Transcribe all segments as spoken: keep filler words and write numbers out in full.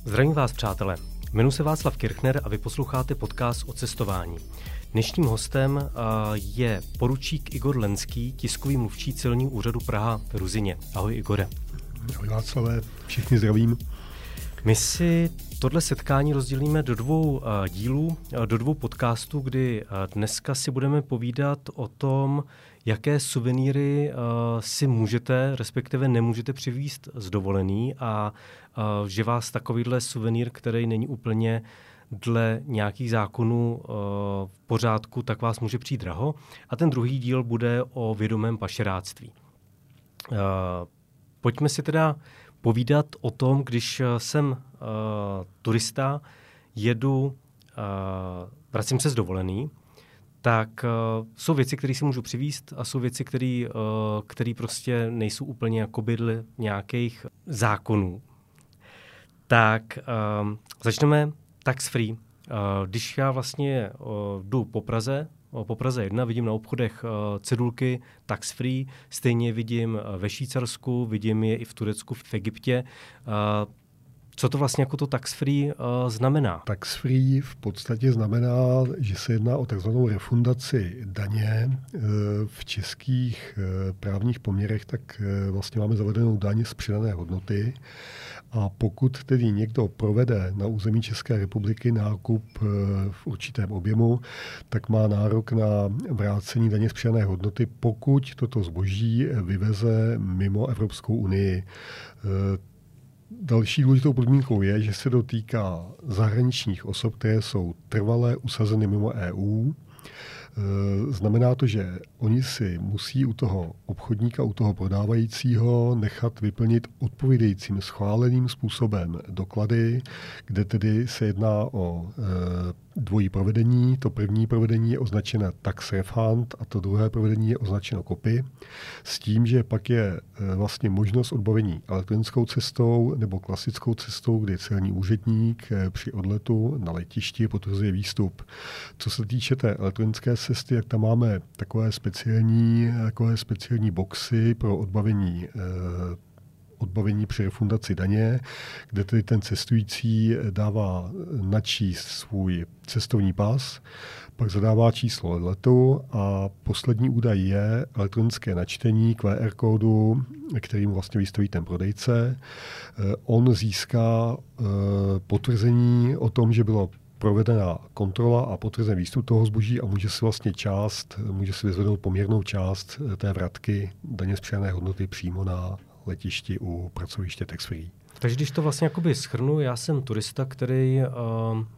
Zdravím vás, přátelé. Jmenuji se Václav Kirchner a vy posloucháte podcast o cestování. Dnešním hostem je poručík Igor Lenský, tiskový mluvčí celního úřadu Praha v Ruzyně. Ahoj, Igore. Ahoj, Václavé, všichni zdravím. My si tohle setkání rozdělíme do dvou dílů, do dvou podcastů, kdy dneska si budeme povídat o tom, jaké suvenýry si můžete, respektive nemůžete přivízt z dovolený a že vás takovýhle suvenýr, který není úplně dle nějakých zákonů v pořádku, tak vás může přijít draho. A ten druhý díl bude o vědomém pašeráctví. Pojďme si teda povídat o tom, když jsem uh, turista, jedu, uh, vracím se z dovolený, tak uh, jsou věci, které si můžu přivízt a jsou věci, které uh, prostě nejsou úplně jako bydly nějakých zákonů. Tak uh, začneme tax free. Uh, když já vlastně uh, jdu po Praze, po Praze jedna, vidím na obchodech uh, cedulky tax free, stejně vidím uh, ve Švýcarsku, vidím je i v Turecku, v Egyptě. Uh, co to vlastně jako to tax free uh, znamená? Tax free v podstatě znamená, že se jedná o takzvanou refundaci daně. Uh, v českých uh, právních poměrech tak uh, vlastně máme zavedenou daň z přidané hodnoty. A pokud tedy někdo provede na území České republiky nákup v určitém objemu, tak má nárok na vrácení daně z přidané hodnoty, pokud toto zboží vyveze mimo Evropskou unii. Další důležitou podmínkou je, že se dotýká zahraničních osob, které jsou trvale usazeny mimo E U. Znamená to, že oni si musí u toho obchodníka, u toho prodávajícího nechat vyplnit odpovídajícím schváleným způsobem doklady, kde tedy se jedná o e, dvojí provedení. To první provedení je označeno tax refund a to druhé provedení je označeno copy. S tím, že pak je e, vlastně možnost odbavení elektronickou cestou nebo klasickou cestou, kdy celní úředník e, při odletu na letišti potvrzuje výstup. Co se týče té elektronické cesty, jak tam máme takové speciální, takové speciální boxy pro odbavení, eh, odbavení při refundaci daně, kde tedy ten cestující dává načíst svůj cestovní pas, pak zadává číslo letu a poslední údaj je elektronické načtení Q R kódu, kterým vlastně vystaví ten prodejce. Eh, on získá eh, potvrzení o tom, že bylo provedená kontrola a potvrzen výstup toho zboží a může si vlastně část, může si vyzvednout poměrnou část té vratky daně z přidané hodnoty přímo na letišti u pracoviště tax free. Takže když to vlastně jakoby shrnu, já jsem turista, který uh, uh,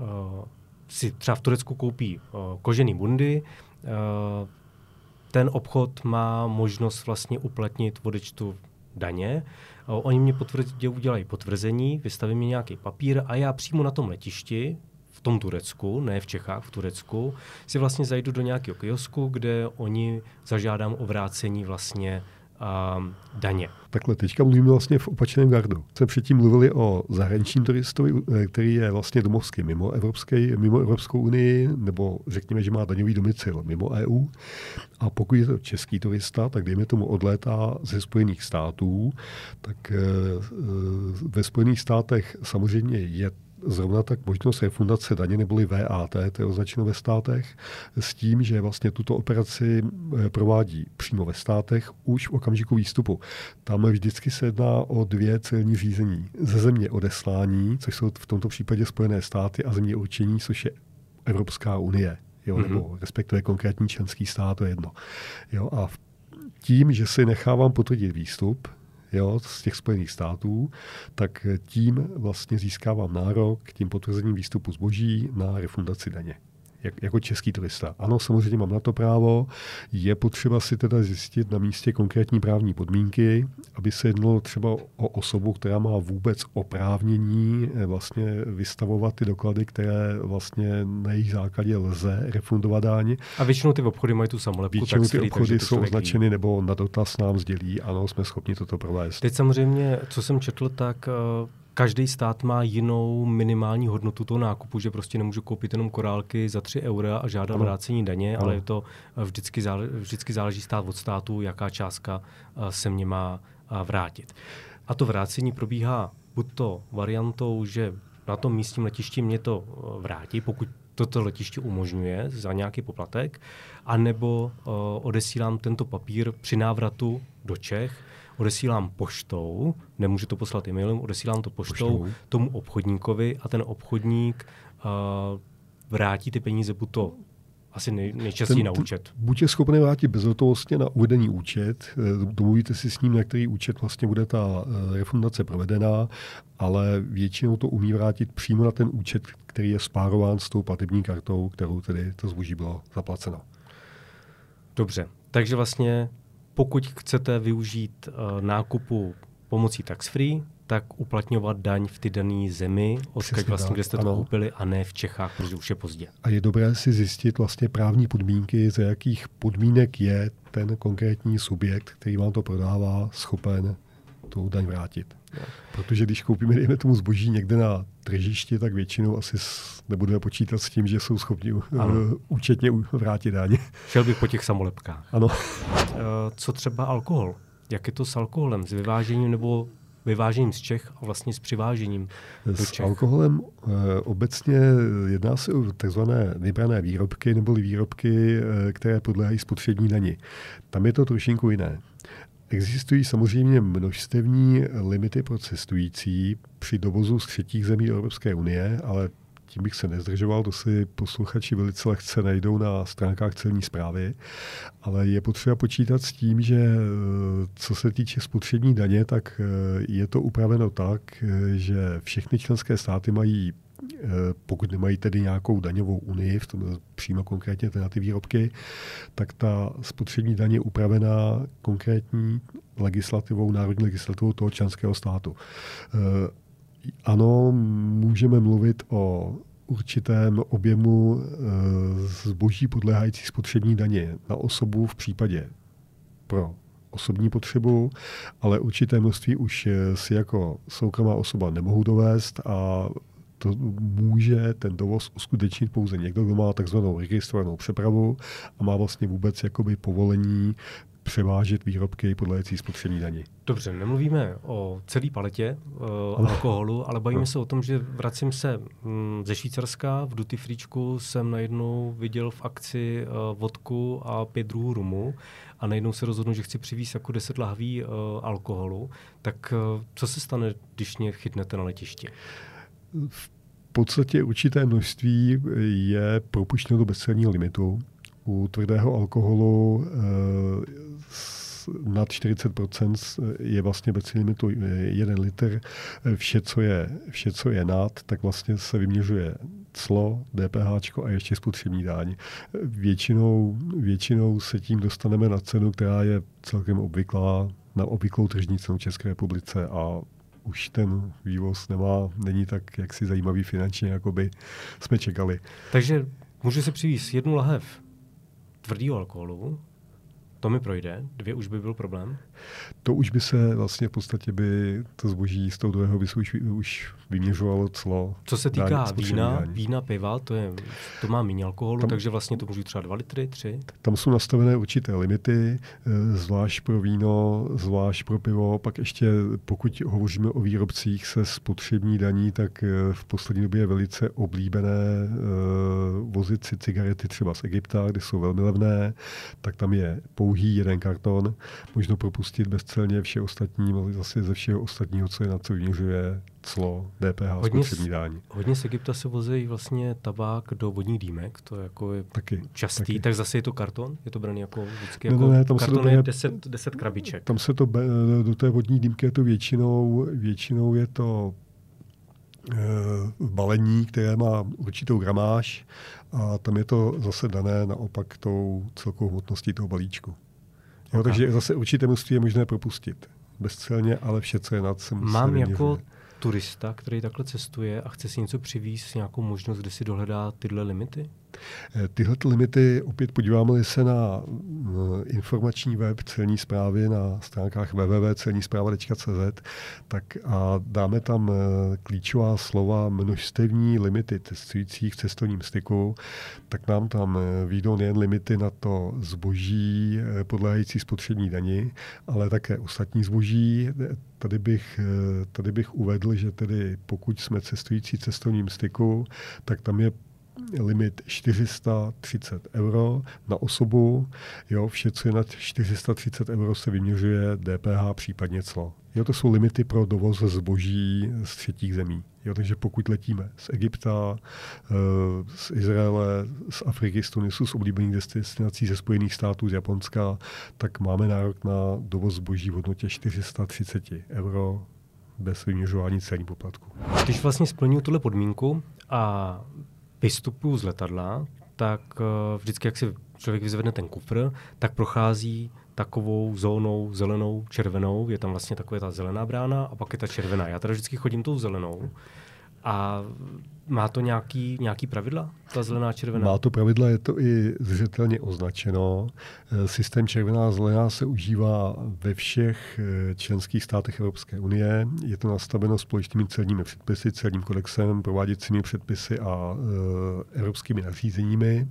si třeba v Turecku koupí uh, kožený bundy, uh, ten obchod má možnost vlastně uplatnit odečtu daně. Uh, oni mě potvrdí, udělají potvrzení, vystaví mi nějaký papír a já přímo na tom letišti, v tom Turecku, ne v Čechách, v Turecku, si vlastně zajdu do nějakého kiosku, kde oni zažádám o vrácení vlastně um, daně. Takhle, teďka mluvíme vlastně v opačném gardu. Jsme předtím mluvili o zahraničním turistovi, který je vlastně domovský mimo, Evropské, mimo Evropskou unii, nebo řekněme, že má daňový domicil mimo E U. A pokud je to český turista, tak dejme tomu odlétá ze Spojených států, tak e, ve Spojených státech samozřejmě je zrovna tak možnost refundace daně neboli V A T, to je označeno ve státech, s tím, že vlastně tuto operaci provádí přímo ve státech už v okamžiku výstupu. Tam vždycky se jedná o dvě celní řízení. Ze země odeslání, což jsou v tomto případě Spojené státy, a země určení, což je Evropská unie, jo, mm-hmm. nebo respektive konkrétní členský stát, to je jedno. Jo, a tím, že si nechávám potvrdit výstup, jo, z těch Spojených států, tak tím vlastně získávám nárok tím potvrzením výstupu zboží na refundaci daně. Jak, jako český turista. Ano, samozřejmě mám na to právo. Je potřeba si teda zjistit na místě konkrétní právní podmínky, aby se jednalo třeba o osobu, která má vůbec oprávnění vlastně vystavovat ty doklady, které vlastně na jejich základě lze refundovat daň. A většinou ty obchody mají tu samolepku. Většinou ty obchody jsou označeny ví. Nebo na dotaz nám sdělí, ano, jsme schopni toto provést. Teď samozřejmě, co jsem četl, tak uh, každý stát má jinou minimální hodnotu toho nákupu, že prostě nemůžu koupit jenom korálky za tři eura a žádat ano. vrácení daně, ano. ale je to vždycky, zále, vždycky záleží stát od státu, jaká částka se mě má vrátit. A to vrácení probíhá buď to variantou, že na tom místním letišti mě to vrátí, pokud toto letiště umožňuje za nějaký poplatek, anebo uh, odesílám tento papír při návratu do Čech, odesílám poštou, nemůžu to poslat e-mailem, odesílám to poštou, poštou. tomu obchodníkovi a ten obchodník uh, vrátí ty peníze buď to asi nej, nejčastěji na účet. Buď je schopný vrátit bezhotovostně na uvedený účet, domluvíte si s ním, na který účet vlastně bude ta refundace provedená, ale většinou to umí vrátit přímo na ten účet, který je spárován s tou platební kartou, kterou tedy to zboží bylo zaplaceno. Dobře, takže vlastně pokud chcete využít uh, nákupu pomocí tax-free, tak uplatňovat daň v ty dané zemi, odkud vlastně, kde jste to ano. koupili, a ne v Čechách, protože už je pozdě. A je dobré si zjistit vlastně právní podmínky, za jakých podmínek je ten konkrétní subjekt, který vám to prodává, schopen tu daň vrátit. No. Protože když koupíme, dejme tomu zboží někde na tržišti, tak většinou asi nebudeme počítat s tím, že jsou schopni uh, účetně vrátit daň. Šel bych po těch samolepkách. Ano. Co třeba alkohol? Jak je to s alkoholem? S vyvážením nebo vyvážením z Čech a vlastně s přivážením do Čech? S alkoholem e, obecně jedná se o takzvané vybrané výrobky nebo výrobky, e, které podléhají spotřební dani. Tam je to trošinku jiné. Existují samozřejmě množstevní limity pro cestující při dovozu z třetích zemí Evropské unie, ale tím bych se nezdržoval, to si posluchači velice lehce najdou na stránkách celní správy, ale je potřeba počítat s tím, že co se týče spotřební daně, tak je to upraveno tak, že všechny členské státy mají, pokud nemají tedy nějakou daňovou unii, v tom přímo konkrétně na ty výrobky, tak ta spotřební daň je upravená konkrétní legislativou, národní legislativou toho členského státu. Ano, můžeme mluvit o určitém objemu zboží podléhající spotřební daně na osobu v případě pro osobní potřebu, ale určité množství už si jako soukromá osoba nemohou dovést a to může ten dovoz uskutečnit pouze někdo, kdo má takzvanou registrovanou přepravu a má vlastně vůbec jakoby povolení převážet výrobky podléhající spotřební dani. Dobře, nemluvíme o celé paletě uh, alkoholu, ale bavíme no. se o tom, že vracím se mm, ze Švýcarska, v duty freečku jsem najednou viděl v akci uh, vodku a pět druhů rumu a najednou se rozhodnu, že chci přivést jako deset lahví uh, alkoholu. Tak uh, co se stane, když mě chytnete na letišti? V podstatě určité množství je propuštěno do bezcelního limitu. U tvrdého alkoholu eh, nad čtyřicet procent je vlastně bezcelní limitu jeden litr. Vše co, je, vše, co je nad, tak vlastně se vyměřuje clo, DPH a ještě spotřební daň. Většinou, většinou se tím dostaneme na cenu, která je celkem obvyklá, na obvyklou tržní cenu České republice a už ten vývoz nemá, není tak jaksi zajímavý finančně, jako by jsme čekali. Takže můžu si přivést jednu lahev tvrdého alkoholu, to mi projde, dvě už by byl problém? To už by se vlastně v podstatě by to zboží z toho druhého by se už, už vyměřovalo clo. Co se týká vína, vína, piva, to, je, to má méně alkoholu, tam, takže vlastně to můžu třeba dva litry, tři? Tam jsou nastavené určité limity, zvlášť pro víno, zvlášť pro pivo, pak ještě pokud hovoříme o výrobcích se spotřební daní, tak v poslední době je velice oblíbené uh, vozit si cigarety třeba z Egypta, kde jsou velmi levné, tak tam je pouhý jeden karton, možno propustit bezcelně vše ostatní, zase ze všeho ostatního, co je na co vyměřuje clo, D P H, hodně spotřební daň. Hodně z Egypta se vozí vlastně tabák do vodních dýmek, to je jako je taky, častý, taky. Tak zase je to karton? Je to braný jako vždycky no, jako ne, tam karton se je deset, deset krabiček. Tam se to, do té vodní dýmky je to většinou, většinou je to balení, které má určitou gramáž a tam je to zase dané naopak tou celkovou hmotností toho balíčku. Jo, okay. Takže zase určité množství je možné propustit. Bezcelně, ale vše, co je nad sem. Mám jako turista, který takhle cestuje a chce si něco přivízt, nějakou možnost, kde si dohledá tyhle limity? Tyhle limity, opět podíváme se na informační web celní správy na stránkách w w w tečka celní správa tečka c z, tak a dáme tam klíčová slova množstevní limity cestujících v cestovním styku, tak nám tam vyjdou nejen limity na to zboží podléhající spotřební dani, ale také ostatní zboží. Tady bych, tady bych uvedl, že tedy pokud jsme cestující v cestovním styku, tak tam je limit čtyři sta třicet euro na osobu. Jo, vše, co je nad čtyři sta třicet euro, se vyměřuje D P H, případně clo. Jo, to jsou limity pro dovoz zboží z třetích zemí. Jo, takže pokud letíme z Egypta, z Izraele, z Afriky, z Tunisu, z oblíbených destinací ze Spojených států, z Japonska, tak máme nárok na dovoz zboží v hodnotě čtyři sta třicet euro bez vyměřování celní poplatku. Když vlastně splňuji tuhle podmínku a vystupuju z letadla, tak vždycky, jak si člověk vyzvedne ten kufr, tak prochází takovou zónou zelenou, červenou. Je tam vlastně taková ta zelená brána a pak je ta červená. Já teda vždycky chodím tou zelenou. A má to nějaký, nějaký pravidla, ta zelená, červená? Má to pravidla, je to i zřetelně označeno. Systém červená a zelená se užívá ve všech členských státech Evropské unie. Je to nastaveno společnými celními předpisy, celním kodexem, prováděcími předpisy a e, evropskými nařízeními.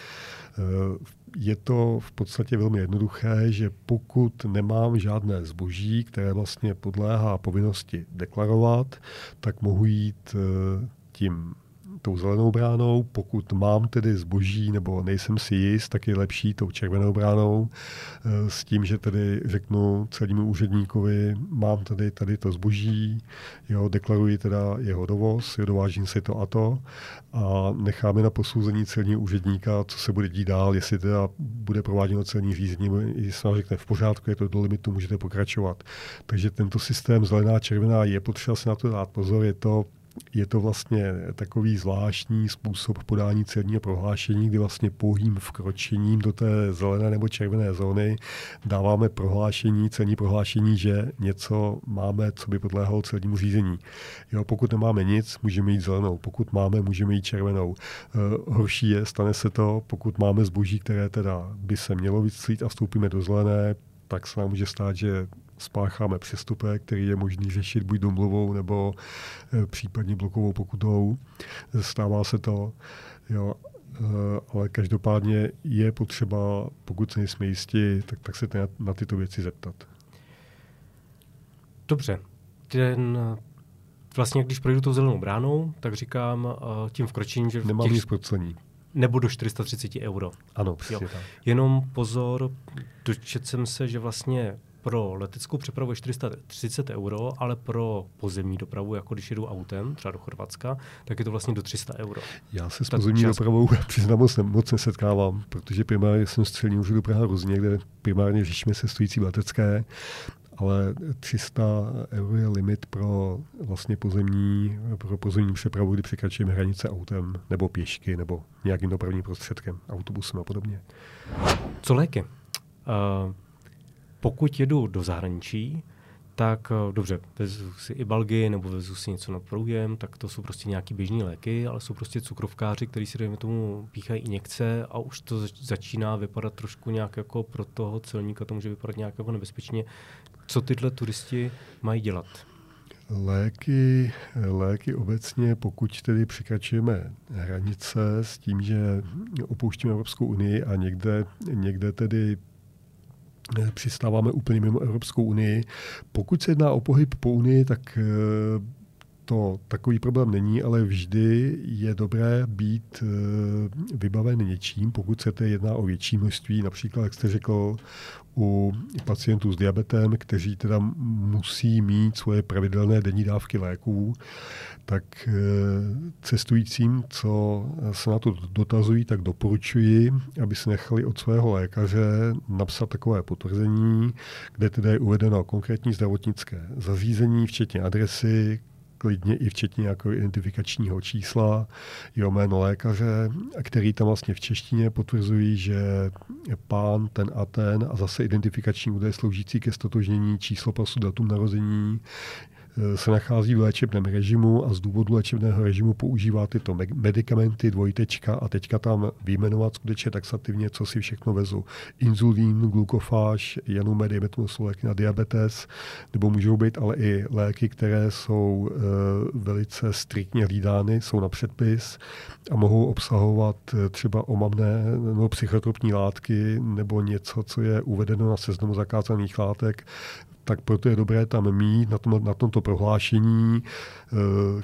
Je to v podstatě velmi jednoduché, že pokud nemám žádné zboží, které vlastně podléhá povinnosti deklarovat, tak mohu jít tím tou zelenou bránou. Pokud mám tedy zboží nebo nejsem si jist, tak je lepší tou červenou bránou s tím, že tedy řeknu celnímu úředníkovi, mám tady, tady to zboží, jo, deklaruji teda jeho dovoz, jo, dovážím si to a to a necháme na posouzení celního úředníka, co se bude dít dál, jestli teda bude prováděno celní řízení, jestli vám řekne v pořádku, je to do limitu, můžete pokračovat. Takže tento systém zelená, červená je potřeba se na to dát pozor, je to Je to vlastně takový zvláštní způsob podání celního prohlášení, kdy vlastně pouhým vkročením do té zelené nebo červené zóny dáváme prohlášení, celní prohlášení, že něco máme, co by podléhalo celnímu řízení. Jo, pokud nemáme nic, můžeme jít zelenou. Pokud máme, můžeme jít červenou. E, horší je, stane se to, pokud máme zboží, které teda by se mělo vyclít a vstoupíme do zelené, tak se nám může stát, že spácháme přestupek, který je možný řešit buď domluvou nebo e, případně blokovou pokutou. Stává se to, jo, e, ale každopádně je potřeba, pokud se nejsme jistí, tak, tak se na, na tyto věci zeptat. Dobře. Ten, vlastně, když projdu tou zelenou bránou, tak říkám uh, tím vkročením, že... Nemám nic procení. Nebo do čtyři sta třicet euro. Ano, přesně tak. Jenom pozor, dočetl jsem se, že vlastně pro leteckou přepravu je čtyři sta třicet euro, ale pro pozemní dopravu, jako když jedu autem, třeba do Chorvatska, tak je to vlastně do tři sta euro. Já se s pozemní čas... dopravou přiznám moc, moc nesetkávám, protože primárně jsem z Celního úřadu Praha Ruzně, kde primárně řešíme cestující letecké, ale tři sta euro je limit pro vlastně pozemní, pro pozemní přepravu, kdy překračujeme hranice autem, nebo pěšky, nebo nějakým dopravním prostředkem, autobusem a podobně. Co léky? Uh, pokud jedu do zahraničí, tak uh, dobře, vezu si i balgy, nebo vezu si něco na průjem, tak to jsou prostě nějaký běžný léky, ale jsou prostě cukrovkáři, kteří si dejme tomu píchají injekce a už to zač- začíná vypadat trošku nějak jako pro toho celníka, to může vypadat nějak jako nebezpečně. Co tyhle turisti mají dělat? Léky, léky obecně, pokud tedy překračujeme hranice s tím, že opouštíme Evropskou unii a někde, někde tedy přistáváme úplně mimo Evropskou unii. Pokud se jedná o pohyb po unii, tak to takový problém není, ale vždy je dobré být vybaven něčím, pokud se tedy jedná o větší množství, například, jak jste řekl, u pacientů s diabetem, kteří teda musí mít svoje pravidelné denní dávky léků, tak cestujícím, co se na to dotazují, tak doporučuji, aby si nechali od svého lékaře napsat takové potvrzení, kde teda je uvedeno konkrétní zdravotnické zařízení, včetně adresy, klidně i včetně nějakého identifikačního čísla, jeho jméno lékaře, který tam vlastně v češtině potvrzují, že pán ten a ten a zase identifikační údaj sloužící ke stotožnění, číslo pasu, datum narození, se nachází v léčebném režimu a z důvodu léčebného režimu používá tyto medicamenty, dvojtečka, a teďka tam vyjmenovat skutečně taxativně, co si všechno vezu. Inzulín, glukofáž, janumedy, metmosuléky na diabetes, nebo můžou být ale i léky, které jsou e, velice striktně hlídány, jsou na předpis a mohou obsahovat třeba omamné nebo psychotropní látky nebo něco, co je uvedeno na seznamu zakázaných látek, tak proto je dobré tam mít na, tom, na tomto prohlášení e,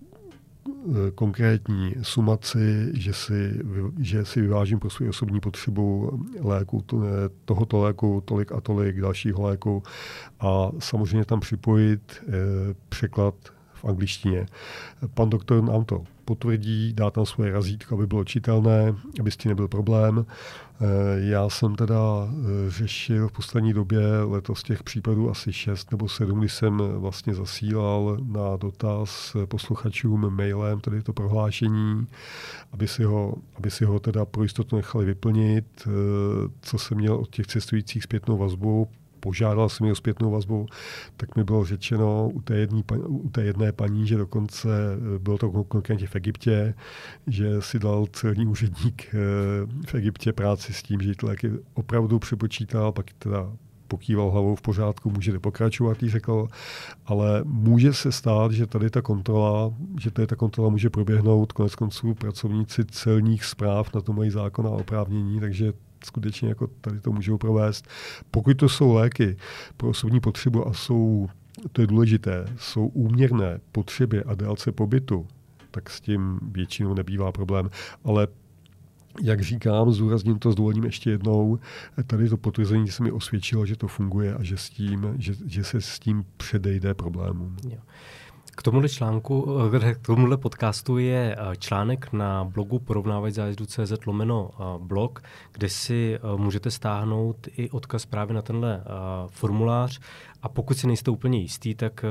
konkrétní sumaci, že si, že si vyvážím pro svou osobní potřebu léku, tohoto léku, tolik a tolik dalšího léku a samozřejmě tam připojit e, překlad v angličtině. Pan doktor nám to potvrdí, dá tam svoje razítko, aby bylo čitelné, aby s tím nebyl problém. Já jsem teda řešil v poslední době letos těch případů asi šest nebo sedm, kdy jsem vlastně zasílal na dotaz posluchačům mailem tedy to prohlášení, aby si ho, aby si ho teda pro jistotu nechali vyplnit, co jsem měl od těch cestujících zpětnou vazbu. Požádal jsem o zpětnou vazbu, tak mi bylo řečeno u té, jedný, u té jedné paní, že dokonce bylo to konkrétně v Egyptě, že si dal celní úředník v Egyptě práci s tím, že ty léky opravdu přepočítal, pak teda pokýval hlavou v pořádku, můžete pokračovat, jí řekl, ale může se stát, že tady ta kontrola, že tady ta kontrola může proběhnout, konec konců pracovníci celních správ na to mají zákon a oprávnění, takže skutečně jako tady to můžou provést. Pokud to jsou léky pro osobní potřebu a jsou, to je důležité, jsou úměrné potřeby a délce pobytu, tak s tím většinou nebývá problém. Ale jak říkám, zúrazním to s dovolením ještě jednou, tady to potvrzení se mi osvědčilo, že to funguje a že, s tím, že, že se s tím předejde problémům. Jo. K tomuhle článku, k tomuhle podcastu je článek na blogu porovnávač zájezdu tečka cé zet lomeno blog, kde si můžete stáhnout i odkaz právě na tenhle formulář a pokud si nejste úplně jistý, tak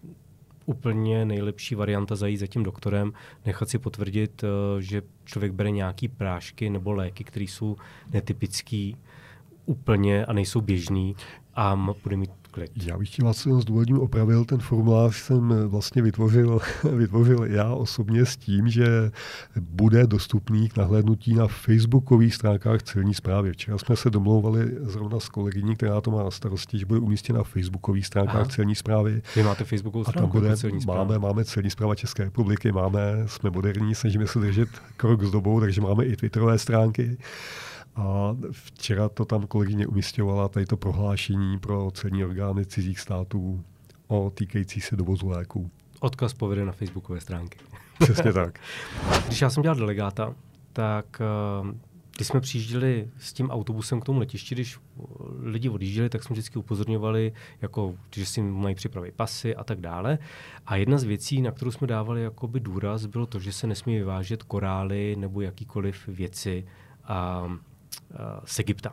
úplně nejlepší varianta zajít za tím doktorem, nechat si potvrdit, že člověk bere nějaký prášky nebo léky, které jsou netypický úplně a nejsou běžný a bude mít klid. Já bych chtěl s dovolením opravil, ten formulář jsem vlastně vytvořil, vytvořil já osobně s tím, že bude dostupný k nahlédnutí na facebookových stránkách celní správy. Včera jsme se domlouvali zrovna s kolegyní, která to má na starosti, že bude umístěna na facebookových stránkách Aha. celní správy. Vy máte facebookovou stránku bude, celní správy? Máme, máme celní správa České republiky, máme, jsme moderní, snažíme se držet krok s dobou, takže máme i twitterové stránky. A včera to tam kolegyně umisťovala, tady to prohlášení pro celní orgány cizích států o týkající se dovozu léků. Odkaz povede na facebookové stránky. Přesně tak. Když já jsem dělal delegáta, tak když jsme přijížděli s tím autobusem k tomu letišti, když lidi odjížděli, tak jsme vždycky upozorňovali, jako, že si mají připravit pasy a tak dále. A jedna z věcí, na kterou jsme dávali jakoby důraz, bylo to, že se nesmí vyvážet korály nebo jakýkoliv věci a z Egypta.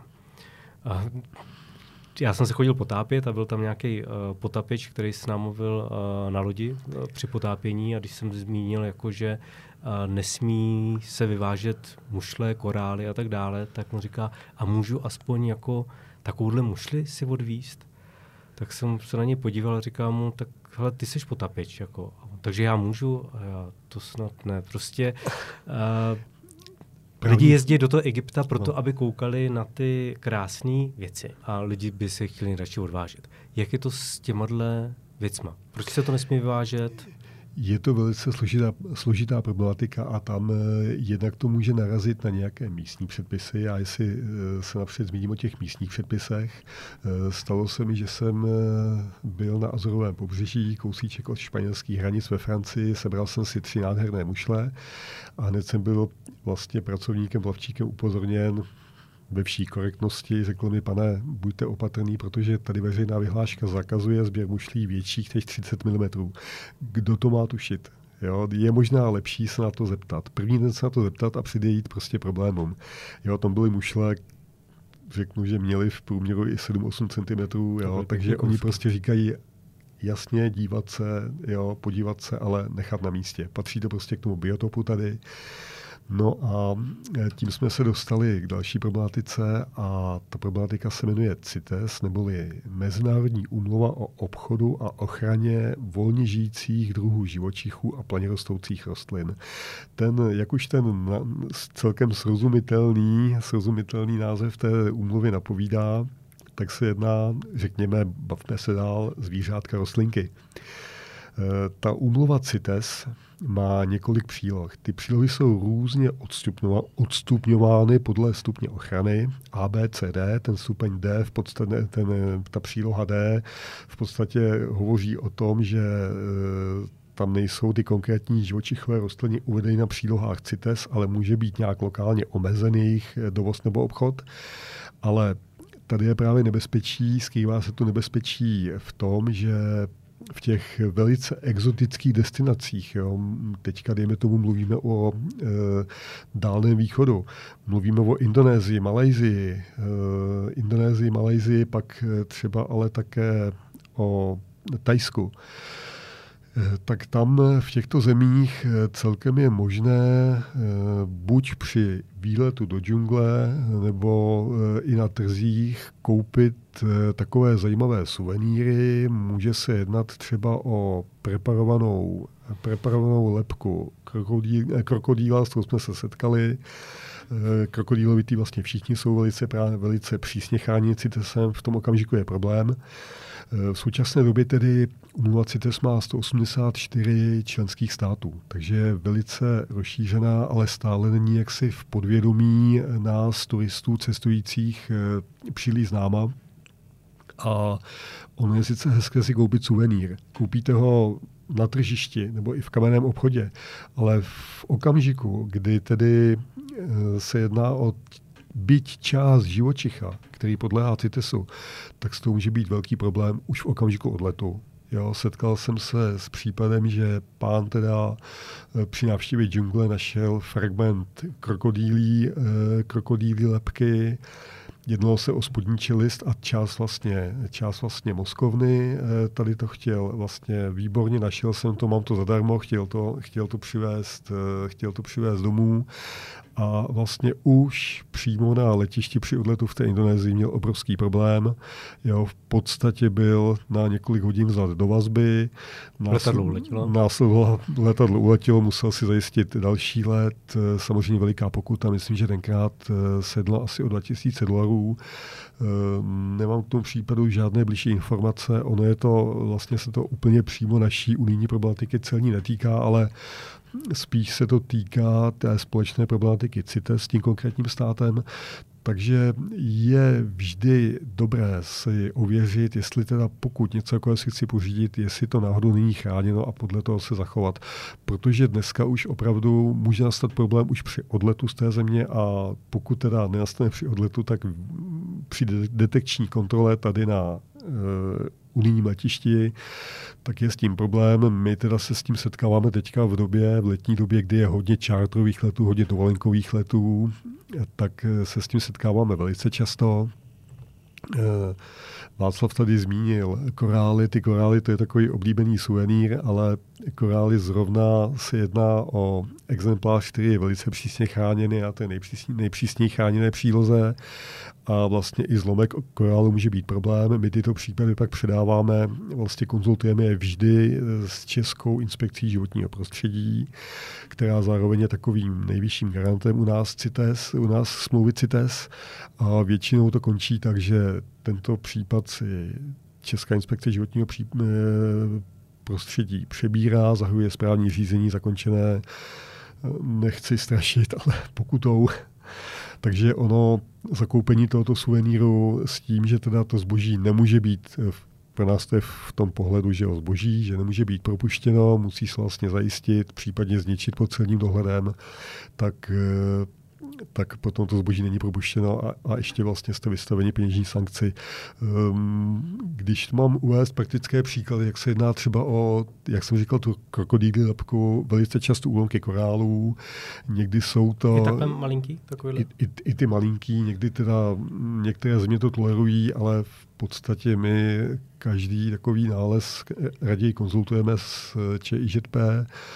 Já jsem se chodil potápět a byl tam nějaký uh, potapič, který s námi byl uh, na lodi uh, při potápění a když jsem zmínil, jako, že uh, nesmí se vyvážet mušle, korály a tak dále, tak mu říká, a můžu aspoň jako takovouhle mušli si odvízt? Tak jsem se na něj podíval a říkám mu, tak hele, ty jsi potapič, jako, takže já můžu? A já, to snad ne, prostě... Uh, Lidi jezdí do toho Egypta proto, no. aby koukali na ty krásné věci a lidi by se chtěli radši odvážet. Jak je to s těmahle věcma? Proč se to nesmí vyvážet? Je to velice složitá, složitá problematika a tam jednak to může narazit na nějaké místní předpisy. Já jestli se napřed zmíním o těch místních předpisech. Stalo se mi, že jsem byl na Azorovém pobřeží, kousíček od španělských hranic ve Francii, sebral jsem si tři nádherné mušle a hned jsem byl vlastně pracovníkem, plavčíkem upozorněn ve vší korektnosti. Řekl mi, pane, buďte opatrný, protože tady veřejná vyhláška zakazuje sběr mušlí větších než třicet milimetrů. Kdo to má tušit? Jo, je možná lepší se na to zeptat. První den se na to zeptat a předejít prostě problémům. Jo, tam byly mušle, řeknu, že měly v průměru i sedm osm centimetrů, jo, takže oni prostě říkají, jasně dívat se, jo, podívat se, ale nechat na místě. Patří to prostě k tomu biotopu tady. No a tím jsme se dostali k další problematice a ta problematika se jmenuje CITES, neboli Mezinárodní úmluva o obchodu a ochraně volně žijících druhů živočichů a planě rostoucích rostlin. Ten, jak už ten celkem srozumitelný, srozumitelný název té úmluvy napovídá, tak se jedná, řekněme, bavme se dál, zvířátka, rostlinky. Ta úmluva CITES má několik příloh. Ty přílohy jsou různě odstupňovány podle stupně ochrany A, B, C, D. Ten stupeň D, v podstatě, ten, ta příloha D v podstatě hovoří o tom, že tam nejsou ty konkrétní živočichové rostliny uvedeny na přílohách CITES, ale může být nějak lokálně omezený jejich dovoz nebo obchod. Ale tady je právě nebezpečí, skrývá se to nebezpečí v tom, že v těch velice exotických destinacích, jo, teďka dejme tomu mluvíme o e, Dálném východu, mluvíme o Indonésii, Malajsii, e, Indonésii, Malajsii, pak třeba ale také o Thajsku. Tak tam v těchto zemích celkem je možné buď při výletu do džungle nebo i na trzích koupit takové zajímavé suvenýry. Může se jednat třeba o preparovanou, preparovanou lebku krokodýla, s kterou jsme se setkali. Krokodýlovitý vlastně všichni jsou velice, právě velice přísně chráněni CITESem, v tom okamžiku je problém. V současné době tedy úmluva CITES má sto osmdesát čtyři členských států, takže je velice rozšířená, ale stále není jaksi v podvědomí nás, turistů, cestujících, příliš známa. A ono je sice hezké si koupit suvenýr. Koupíte ho na tržišti nebo i v kamenném obchodě, ale v okamžiku, kdy tedy se jedná o byť část živočicha, který podléhá CITESu, tak s tou může být velký problém už v okamžiku odletu. Jo, setkal jsem se s případem, že pán teda při návštěvě džungle našel fragment krokodýlí, krokodýlí lebky. Jednalo se o spodní čelist a část vlastně, část vlastně mozkovny. Tady to chtěl vlastně výborně, našel jsem to, mám to zadarmo, chtěl to, chtěl to přivést, chtěl to přivést domů. A vlastně už přímo na letišti při odletu v té Indonésii měl obrovský problém. Jo, v podstatě byl na několik hodin vzat do vazby. Letadlo uletělo. Následovalo, letadlo uletělo, musel si zajistit další let. Samozřejmě veliká pokuta, myslím, že tenkrát sedla asi o dva tisíce dolarů. Nemám k tomu případu žádné bližší informace. Ono je to, vlastně se to úplně přímo naší unijní problematiky celní netýká, ale spíš se to týká té společné problematiky CITES s tím konkrétním státem. Takže je vždy dobré si ověřit, jestli teda pokud něco jako si chci pořídit, jestli to náhodou není chráněno a podle toho se zachovat. Protože dneska už opravdu může nastat problém už při odletu z té země a pokud teda nenastane při odletu, tak při detekční kontrole tady na unijním letišti, tak je s tím problém. My teda se s tím setkáváme teďka v době, v letní době, kdy je hodně čártrových letů, hodně dovolenkových letů, tak se s tím setkáváme velice často. Václav tady zmínil korály. Ty korály, to je takový oblíbený suvenýr, ale korály zrovna se jedná o exemplář, který je velice přísně chráněný a to je nejpřísněji chráněné příloze a vlastně i zlomek korálu může být problém. My tyto případy pak předáváme, vlastně konzultujeme je vždy s Českou inspekcí životního prostředí, která zároveň je takovým nejvyšším garantem u nás CITES, u nás smlouvy CITES a většinou to končí tak, že tento případ si Česká inspekce životního pří... prostředí přebírá, zahajuje správní řízení zakončené, nechci strašit, ale pokutou. Takže ono zakoupení tohoto suvenýru s tím, že teda to zboží nemůže být, pro nás to je v tom pohledu, že o zboží, že nemůže být propuštěno, musí se vlastně zajistit, případně zničit pod celním dohledem, tak tak potom to zboží není propuštěno a, a ještě vlastně jste vystaveni peněžní sankci. Um, když mám uvést praktické příklady, jak se jedná třeba o, jak jsem říkal, tu krokodýlí lebku, velice často úlomky korálů, někdy jsou to... I takhle malinký? I, i, I ty malinký, někdy teda některé země to tolerují, ale v podstatě my každý takový nález raději konzultujeme s ČIŽP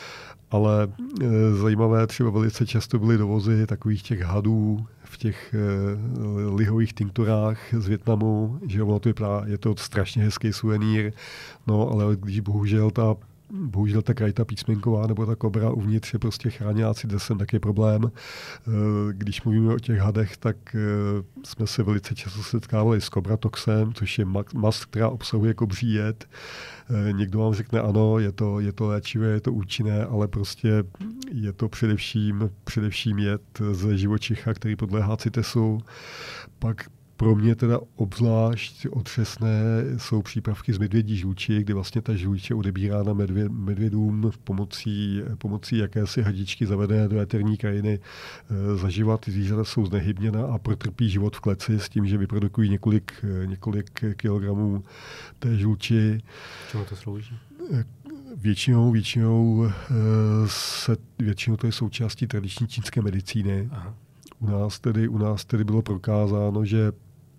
ale e, zajímavé, třeba velice často byly dovozy takových těch hadů v těch e, lihových tinkturách z Vietnamu, že ono to vypadá, je to strašně hezký suvenýr, no ale když bohužel ta Bohužel ta krajta písmenková nebo ta kobra uvnitř je prostě chráněná CITESem, tak je problém. Když mluvíme o těch hadech, tak jsme se velice často setkávali s kobratoxem, což je mast, která obsahuje kobří jed. Někdo vám řekne ano, je to, je to léčivé, je to účinné, ale prostě je to především, především jed ze živočicha, který podléhá CITESu. Pak pro mě teda obzvlášť otřesné jsou přípravky z medvědí žluči, kdy vlastně ta žluč je odebírána medvě, medvědům pomocí, pomocí jakési hadičky zavedené do éterní krajiny e, zaživa. Ty zvířata jsou znehybněna a protrpí život v kleci s tím, že vyprodukují několik, několik kilogramů té žluči. Čemu to slouží? Většinou, většinou, se, většinou to je součástí tradiční čínské medicíny. Aha. U nás, tedy, u nás tedy bylo prokázáno, že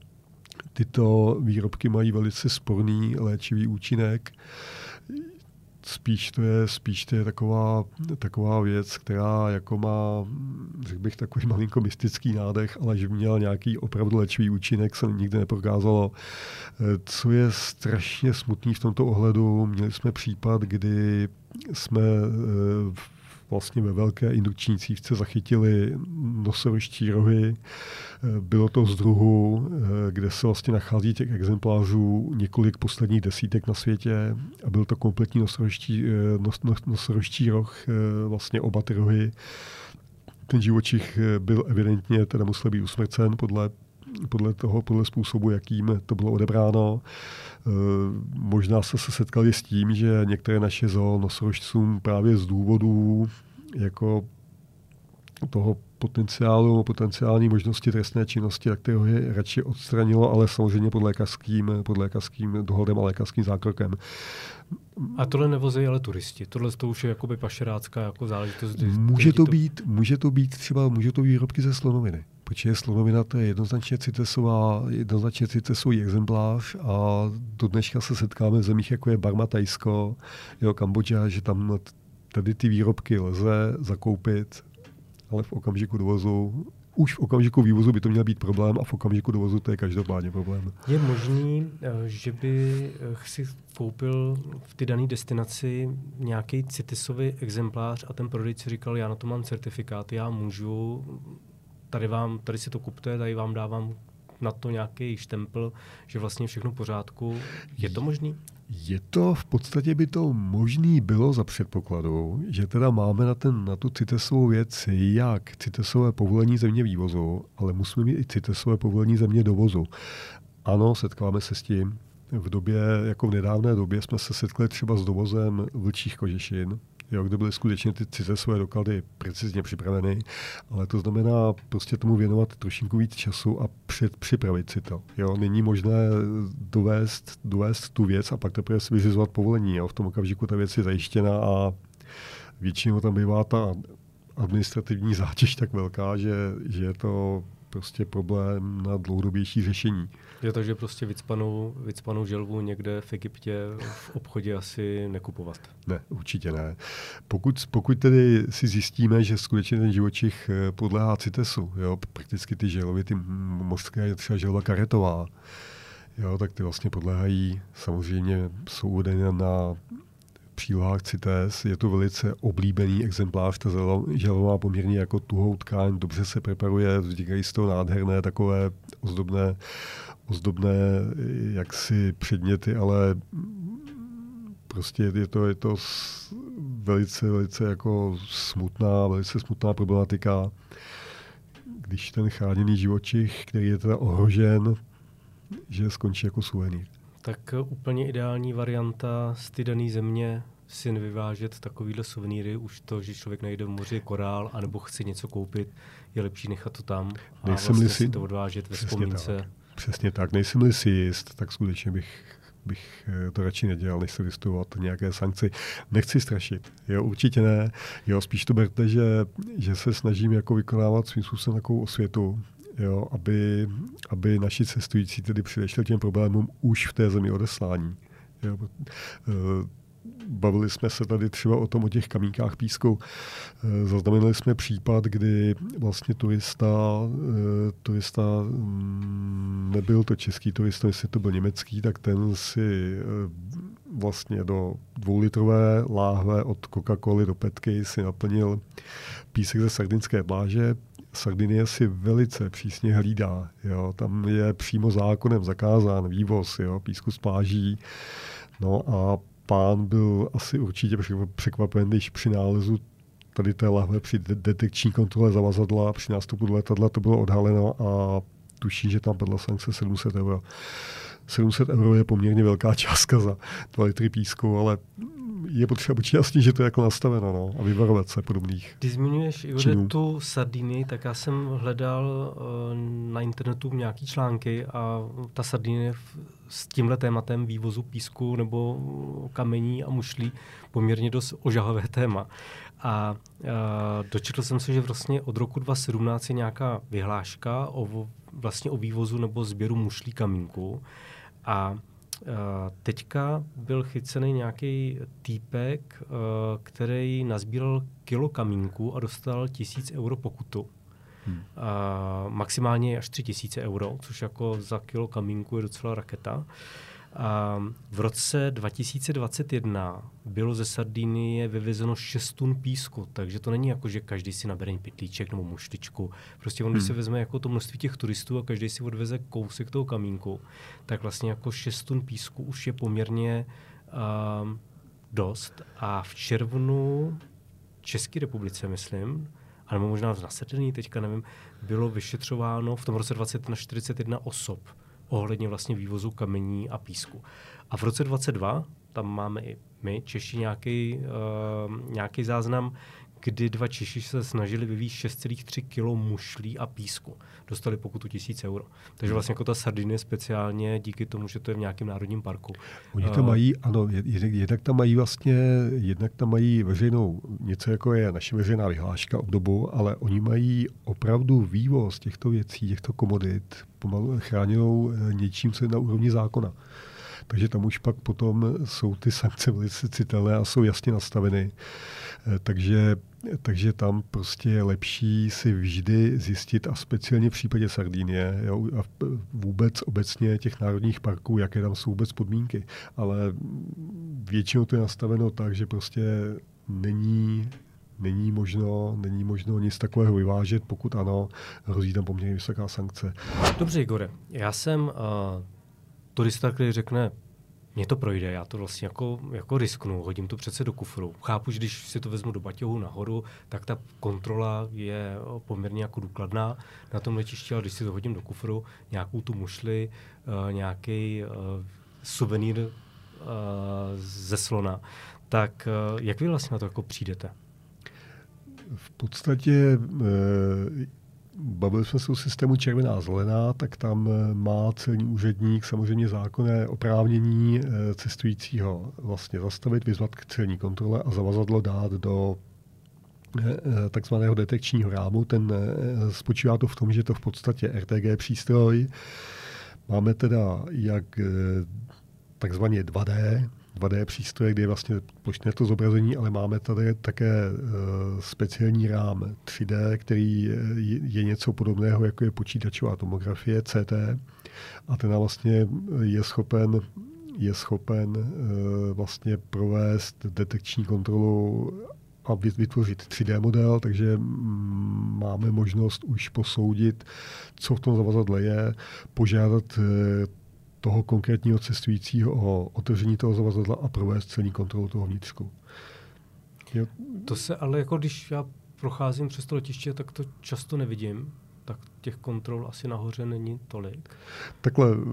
tyto výrobky mají velice sporný léčivý účinek. Spíš to je, spíš to je taková, taková věc, která jako má, řekl bych, takový malinko mystický nádech, ale že měla nějaký opravdu léčivý účinek, se nikdy neprokázalo. Co je strašně smutný v tomto ohledu, měli jsme případ, kdy jsme vlastně ve velké indukční cívce zachytili nosorožčí rohy. Bylo to z druhu, kde se vlastně nachází těch exemplářů několik posledních desítek na světě a byl to kompletní nosorožčí, nos, nos, nosorožčí roh, vlastně oba ty rohy. Ten živočich byl evidentně, teda musel být usmrcen podle podle toho, podle způsobu, jakým to bylo odebráno. E, možná se se setkali s tím, že některé naše zoo nosorožcům právě z důvodů jako toho potenciálu, potenciální možnosti trestné činnosti, tak to je radši odstranilo, ale samozřejmě pod lékařským, pod lékařským dohledem a lékařským zákrokem. A tohle nevozí ale turisti. Tohle to už je jakoby pašerácká jako záležitost. Může to, být, může to být třeba, může to být výrobky ze slonoviny. Protože slonovina to je jednoznačně CITESová, jednoznačně CITESový exemplář a do dneška se setkáme v zemích, jako je Barma, Thajsko, jo, Kambodža, že tam tady ty výrobky lze zakoupit, ale v okamžiku dovozu, už v okamžiku vývozu by to měl být problém a v okamžiku dovozu to je každopádně problém. Je možný, že by si koupil v ty dané destinaci nějaký CITESový exemplář a ten prodejce říkal, já na to mám certifikát, já můžu, tady, vám, tady si to kupte, tady vám dávám na to nějaký štempel, že vlastně všechno v pořádku. Je to možný? Je to, v podstatě by to možný bylo za předpokladu, že teda máme na, ten, na tu CITESovou věc jak CITESové povolení země vývozu, ale musíme mít i CITESové povolení země dovozu. Ano, setkáme se s tím. V době, jako v nedávné době jsme se setkali třeba s dovozem vlčích kožešin, jo, kde byly skutečně ty CITESové doklady precizně připraveny, ale to znamená prostě tomu věnovat trošinku víc času a předpřipravit si to. Jo. Není možné dovést, dovést tu věc a pak teprve si vyřizovat povolení. Jo. V tom okamžiku ta věc je zajištěna a většinou tam bývá ta administrativní zátěž tak velká, že, že je to prostě problém na dlouhodobější řešení. Je to, že prostě vycpanou, vycpanou želvu někde v Egyptě v obchodě asi nekupovat. Ne, určitě ne. Pokud, pokud tedy si zjistíme, že skutečně ten živočich podléhá CITESu, jo, prakticky ty želvy, ty mořské, třeba želva karetová, jo, tak ty vlastně podléhají, samozřejmě jsou uvedeny na přílohách CITES. Je to velice oblíbený exemplář, ta želva má poměrně jako tuhou tkáň, dobře se preparuje, vznikají z toho nádherné takové ozdobné, ozdobné jaksi předměty, ale prostě je to, je to velice, velice jako smutná, velice smutná problematika, když ten chráněný živočich, který je teda ohrožen, že skončí jako suvenýr. Tak úplně ideální varianta z ty dané země si nevyvážet takovýhle suvenýry, už to, že člověk najde v moři korál, anebo chce něco koupit, je lepší nechat to tam a nejsem vlastně si si to odvážet ve vzpomínce. Tak, přesně tak. Nejsem-li si jist, tak skutečně bych, bych to radši nedělal, než se vystavovat nějaké sankci. Nechci strašit. Jo, určitě ne. Jo, spíš to berte, že, že se snažím jako vykonávat svým způsobem takovou osvětu, jo, aby, aby naši cestující tedy předešli těm problémům už v té zemi odeslání. Jo. bavili jsme se tady třeba o tom, o těch kamínkách písku. Zaznamenali jsme případ, kdy vlastně turista, turista nebyl to český turista, jestli to byl německý, tak ten si vlastně do dvoulitrové láhve od Coca-Coly do petky si naplnil písek ze sardinské pláže. Sardinie si velice přísně hlídá. Jo. Tam je přímo zákonem zakázán vývoz, jo, písku z pláží. No a pán byl asi určitě překvapen, když při nálezu tady té lahve při detekční kontrole zavazadla při nástupu do letadla to bylo odhaleno a tuší, že tam padla sankce sedm set euro. sedm set euro je poměrně velká částka za dva litry písku, ale je potřeba počít jasně, že to je jako nastaveno, no, a vyvarovat se podobných. Když zmiňuješ Igore, tu Sardinii, tak já jsem hledal uh, na internetu nějaký články a ta Sardinie s tímhle tématem vývozu písku nebo kamení a mušlí poměrně dost ožahavé téma. A uh, dočetl jsem se, že vlastně od roku dva tisíce sedmnáct je nějaká vyhláška o, vlastně o vývozu nebo sběru mušlí kamínku. A teďka byl chycený nějaký týpek, který nazbíral kilo kamínku a dostal tisíc euro pokutu. Hmm. A maximálně až tři tisíce euro, což jako za kilo kamínku je docela raketa. A v roce dva tisíce dvacet jedna bylo ze Sardinie vyvezeno šest tun písku, takže to není jako, že každý si nabere pytlíček nebo muštičku. Prostě on, hmm. když se vezme jako to množství těch turistů a každý si odveze kousek toho kamínku, tak vlastně jako šest tun písku už je poměrně uh, dost. A v červnu České republice, myslím, alebo možná na Sardinii, teďka nevím, bylo vyšetřováno v tom roce dvacet na čtyřicet jedna osob ohledně vlastně vývozu kamení a písku. A v roce dvacet dva, tam máme i my, Češi, nějaký, uh, nějaký záznam, kdy dva Češi se snažili vyvíjet šest celá tři kilo mušlí a písku. Dostali pokutu tisíc euro. Takže vlastně jako ta Sardinie speciálně díky tomu, že to je v nějakém národním parku. Oni tam mají, ano, jednak tam mají vlastně, jednak tam mají veřejnou, něco jako je naše veřejná vyhláška obdobu, ale oni mají opravdu vývoz těchto věcí, těchto komodit pomalu chráněnou něčím, co je na úrovni zákona. Takže tam už pak potom jsou ty sankce velice citelné a jsou jasně nastaveny. Takže, takže tam prostě je lepší si vždy zjistit, a speciálně v případě Sardinie, jo, a vůbec obecně těch národních parků, jaké tam jsou vůbec podmínky. Ale většinou to je nastaveno tak, že prostě není... Není možno, není možno nic takového vyvážet, pokud ano, hrozí tam poměrně vysoká sankce. Dobře, Igore, já jsem uh, turista, který řekne, mně to projde, já to vlastně jako, jako risknu, hodím to přece do kufru. Chápu, že když si to vezmu do baťohu nahoru, tak ta kontrola je poměrně jako důkladná na tom letišti, ale když si to hodím do kufru, nějakou tu mušli, uh, nějaký uh, suvenýr uh, ze slona, tak uh, jak vy vlastně na to jako přijdete? V podstatě e, bavili jsme se o systému červená zelená, tak tam má celní úředník samozřejmě zákonné oprávnění e, cestujícího vlastně zastavit, vyzvat k celní kontrole a zavazadlo dát do e, takzvaného detekčního rámu. Ten e, spočívá to v tom, že to v podstatě R T G přístroj. Máme teda jak e, takzvaně dva D, dva D přístroje, kde je vlastně plošné to zobrazení, ale máme tady také uh, speciální rám tři D, který je, je něco podobného, jako je počítačová tomografie C T. A ten vlastně je schopen, je schopen uh, vlastně provést detekční kontrolu a vytvořit tři D model, takže mm, máme možnost už posoudit, co v tom zavazadle je, požádat uh, toho konkrétního cestujícího o otevření toho zavazadla a provést celní kontrolu toho vnitřku. Jo. To se ale jako když já procházím přes to letiště, tak to často nevidím. Tak těch kontrol asi nahoře není tolik. Takhle uh,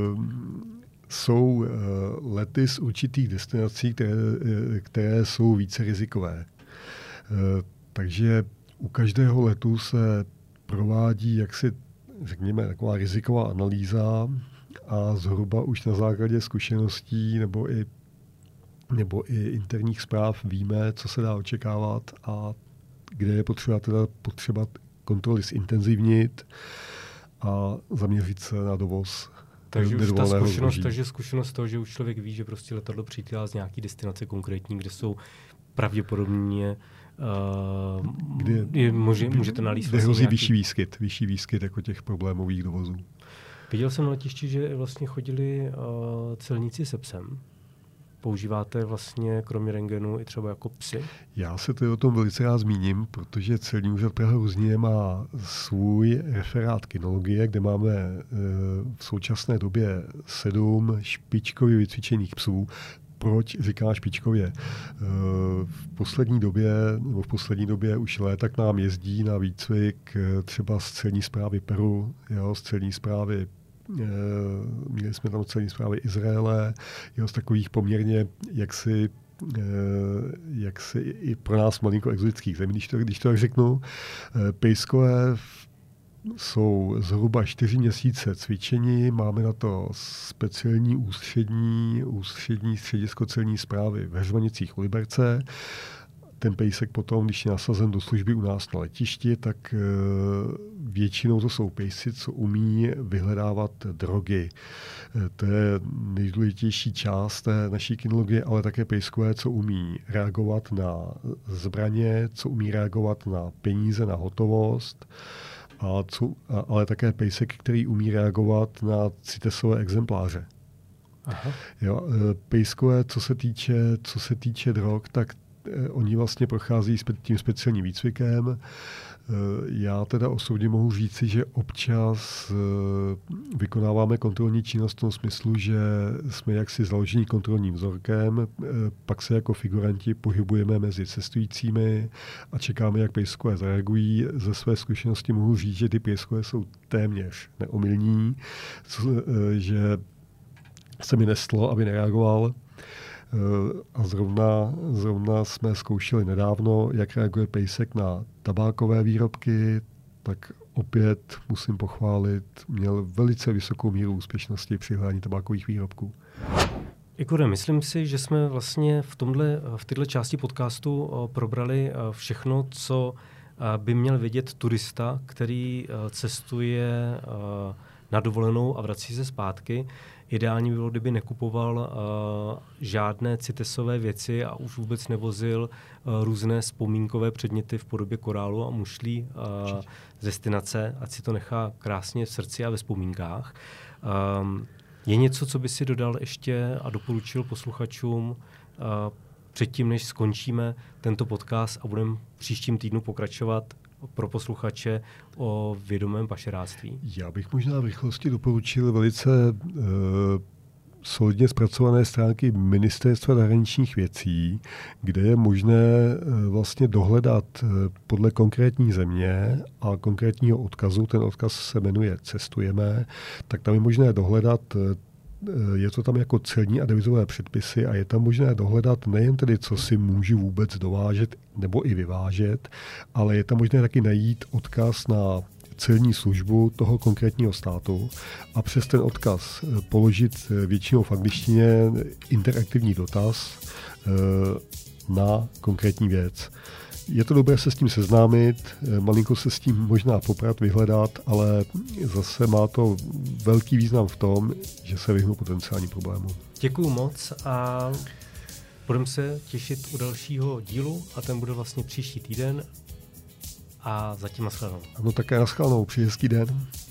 jsou uh, lety z určitých destinací, které, které jsou více rizikové. Uh, takže u každého letu se provádí jaksi, řekněme, taková riziková analýza, a zhruba už na základě zkušeností nebo i, nebo i interních zpráv víme, co se dá očekávat a kde je potřeba, teda potřeba kontroly zintenzivnit a zaměřit se na dovoz. takže už ta zkušenost, zboží. takže zkušenost toho, že už člověk ví, že prostě letadlo přítá z nějaký destinace konkrétní, kde jsou pravděpodobně uh, kde, je, může, můžete nalíst kde hrozí nějaký... vyšší výskyt, vyšší výskyt jako těch problémových dovozů. Viděl jsem na letišti, že vlastně chodili uh, celníci se psem. Používáte vlastně kromě rentgenu i třeba jako psy? Já se tady o tom velice rád zmíním, protože celní úřad Praha-Ruzně má svůj referát kynologie, kde máme e, v současné době sedm špičkově vycvičených psů. Proč říká špičkově? E, v poslední době, nebo v poslední době už léta k nám jezdí na výcvik e, třeba z celní správy Peru, jo, z celní správy měli jsme tam celní zprávy Izraele, jo, z takových poměrně jaksi, jaksi i pro nás malinko exotických zemí, když to, když to tak řeknu. Pejskové jsou zhruba čtyři měsíce cvičení, máme na to speciální ústřední, ústřední středisko celní správy v Heřmanicích u Liberce. Ten pejsek potom, když je nasazen do služby u nás na letišti, tak většinou to jsou pejsci, co umí vyhledávat drogy. To je nejdůležitější část té naší kynologie, ale také pejskové, co umí reagovat na zbraně, co umí reagovat na peníze, na hotovost, a co, ale také pejsek, který umí reagovat na CITESové exempláře. Aha. Jo, pejskové, co se týče, co se týče drog, tak oni vlastně prochází tím speciálním výcvikem. Já teda osobně mohu říci, že občas vykonáváme kontrolní činnost v tom smyslu, že jsme jaksi založeni kontrolním vzorkem, pak se jako figuranti pohybujeme mezi cestujícími a čekáme, jak pejskové zareagují. Ze své zkušenosti mohu říct, že ty pejskové jsou téměř neomylní, že se mi nestalo, aby nereagoval. A zrovna, zrovna jsme zkoušeli nedávno, jak reaguje pejsek na tabákové výrobky, tak opět musím pochválit, měl velice vysokou míru úspěšnosti při hledání tabákových výrobků. Igore, myslím si, že jsme vlastně v, tomhle, v této části podcastu probrali všechno, co by měl vědět turista, který cestuje na dovolenou a vrací se zpátky. Ideální bylo, kdyby nekupoval uh, žádné CITESové věci a už vůbec nevozil uh, různé vzpomínkové předměty v podobě korálu a mušlí uh, z destinace, ať si to nechá krásně v srdci a ve vzpomínkách. Um, je něco, co by si dodal ještě a doporučil posluchačům uh, předtím, než skončíme tento podcast a budeme příštím týdnu pokračovat pro posluchače o vědomém pašeráctví? Já bych možná v rychlosti doporučil velice uh, solidně zpracované stránky Ministerstva zahraničních věcí, kde je možné uh, vlastně dohledat uh, podle konkrétní země a konkrétního odkazu, ten odkaz se jmenuje Cestujeme, tak tam je možné dohledat uh, je to tam jako celní a devizové předpisy a je tam možné dohledat nejen tedy, co si můžu vůbec dovážet nebo i vyvážet, ale je tam možné taky najít odkaz na celní službu toho konkrétního státu a přes ten odkaz položit většinou v angličtině interaktivní dotaz na konkrétní věc. Je to dobré se s tím seznámit, malinko se s tím možná poprat, vyhledat, ale zase má to velký význam v tom, že se vyhnu potenciální problému. Děkuju moc a budeme se těšit u dalšího dílu a ten bude vlastně příští týden a zatím nashledanou. Ano, také nashledanou, přeji hezký den.